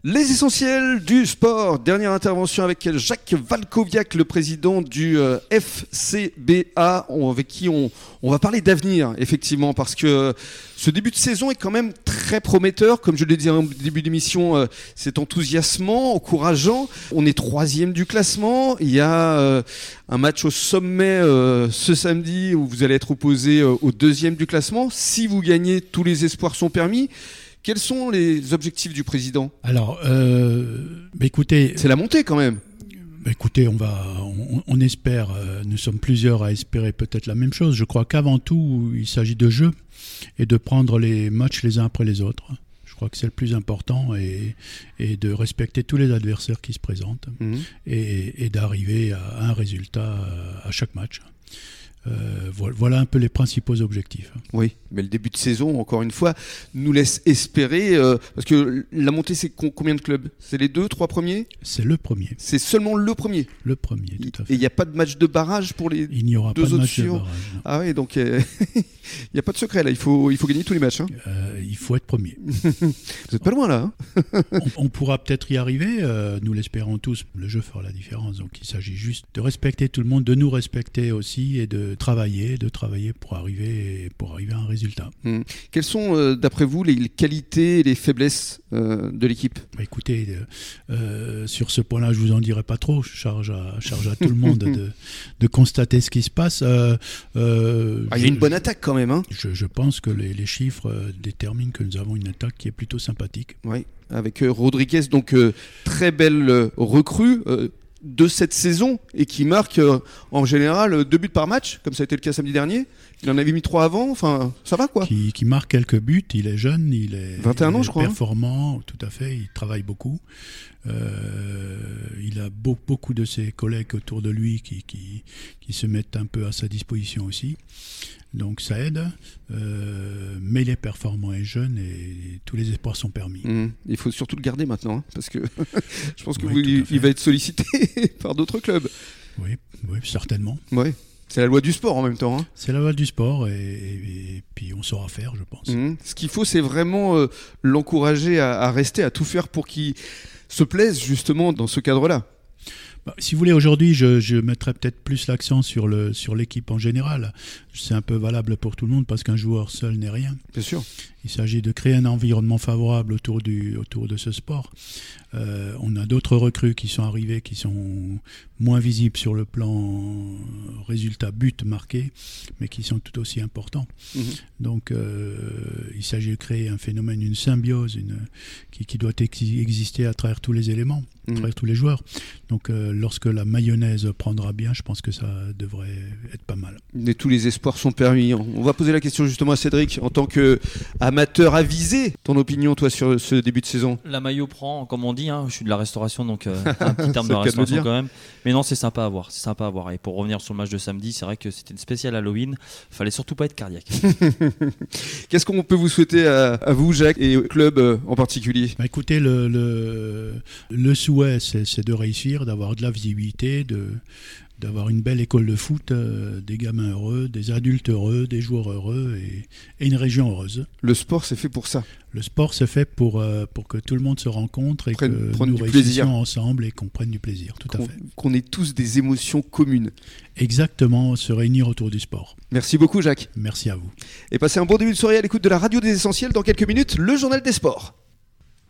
Les essentiels du sport. Dernière intervention avec Jacques Walkowiak, le président du FCBA, avec qui on va parler d'avenir, effectivement, parce que ce début de saison est quand même très prometteur. Comme je l'ai dit en début d'émission, c'est enthousiasmant, encourageant. On est 3e du classement. Il y a un match au sommet ce samedi où vous allez être opposé au 2e du classement. Si vous gagnez, tous les espoirs sont permis. Quels sont les objectifs du président ? Alors, écoutez... C'est la montée quand même. Écoutez, on espère, nous sommes plusieurs à espérer peut-être la même chose. Je crois qu'avant tout, il s'agit de jeu et de prendre les matchs les uns après les autres. Je crois que c'est le plus important et de respecter tous les adversaires qui se présentent et d'arriver à un résultat à chaque match. Voilà un peu les principaux objectifs. Oui, mais le début de saison, encore une fois, nous laisse espérer, parce que la montée, c'est combien de clubs ? C'est les 2-3 premiers ? C'est le premier. C'est seulement le premier ? Le premier, tout à fait. Et il n'y a pas de match de barrage pour les 2 autres suivants ? Il n'y aura pas de match de barrage. Ah oui, donc il n'y a pas de secret là, il faut gagner tous les matchs. Il faut être premier. Vous n'êtes pas loin là. On pourra peut-être y arriver, nous l'espérons tous. Le jeu fera la différence, donc il s'agit juste de respecter tout le monde, de nous respecter aussi et de travailler pour arriver à un résultat. Quelles sont, d'après vous, les qualités et les faiblesses de l'équipe ? Écoutez, sur ce point-là, je vous en dirai pas trop. Je charge à tout le monde de constater ce qui se passe. Il y a une bonne attaque quand même. Je pense que les chiffres déterminent que nous avons une attaque qui est plutôt sympathique. Oui, avec Rodriguez, donc très belle recrue de cette saison et qui marque en général 2 buts par match, comme ça a été le cas samedi dernier. Il en avait mis 3 avant, enfin ça va quoi. Qui marque quelques buts, il est jeune, il est 21 ans je crois. Performant, tout à fait, il travaille beaucoup. Il a beaucoup de ses collègues autour de lui qui se mettent un peu à sa disposition aussi. Donc ça aide, mais il est performant et jeune et tous les espoirs sont permis. Il faut surtout le garder maintenant, parce que je pense qu'il va être sollicité par d'autres clubs. Oui, certainement. Oui. C'est la loi du sport en même temps. C'est la loi du sport et puis on saura faire, je pense. Ce qu'il faut, c'est vraiment l'encourager à rester, à tout faire pour qu'il se plaise justement dans ce cadre-là. Si vous voulez, aujourd'hui, je mettrais peut-être plus l'accent sur l'équipe en général. C'est un peu valable pour tout le monde parce qu'un joueur seul n'est rien. Bien sûr. Il s'agit de créer un environnement favorable autour de ce sport. On a d'autres recrues qui sont arrivées, qui sont moins visibles sur le plan résultat but marqué, mais qui sont tout aussi importants. Donc, il s'agit de créer un phénomène, une symbiose qui doit exister à travers tous les éléments, à travers tous les joueurs. Donc, lorsque la mayonnaise prendra bien, je pense que ça devrait être pas mal. Mais tous les espoirs sont permis. On va poser la question justement à Cédric, en tant qu'amateur avisé, ton opinion toi sur ce début de saison ? La maillot prend, comme on dit, je suis de la restauration, donc un petit terme de restauration quand même. Mais non, c'est sympa à voir. Et pour revenir sur le match de samedi, c'est vrai que c'était une spéciale Halloween. Il fallait surtout pas être cardiaque. Qu'est-ce qu'on peut vous souhaiter à vous, Jacques, et au club en particulier ? Écoutez, le souhait, c'est de réussir, d'avoir de la visibilité, d'avoir une belle école de foot, des gamins heureux, des adultes heureux, des joueurs heureux et une région heureuse. Le sport, c'est fait pour ça. Le sport, c'est fait pour que tout le monde se rencontre et que nous réussissions ensemble et qu'on prenne du plaisir. Tout à fait. Qu'on ait tous des émotions communes. Exactement, se réunir autour du sport. Merci beaucoup, Jacques. Merci à vous. Et passez un bon début de soirée à l'écoute de la radio des Essentiels. Dans quelques minutes, le journal des sports.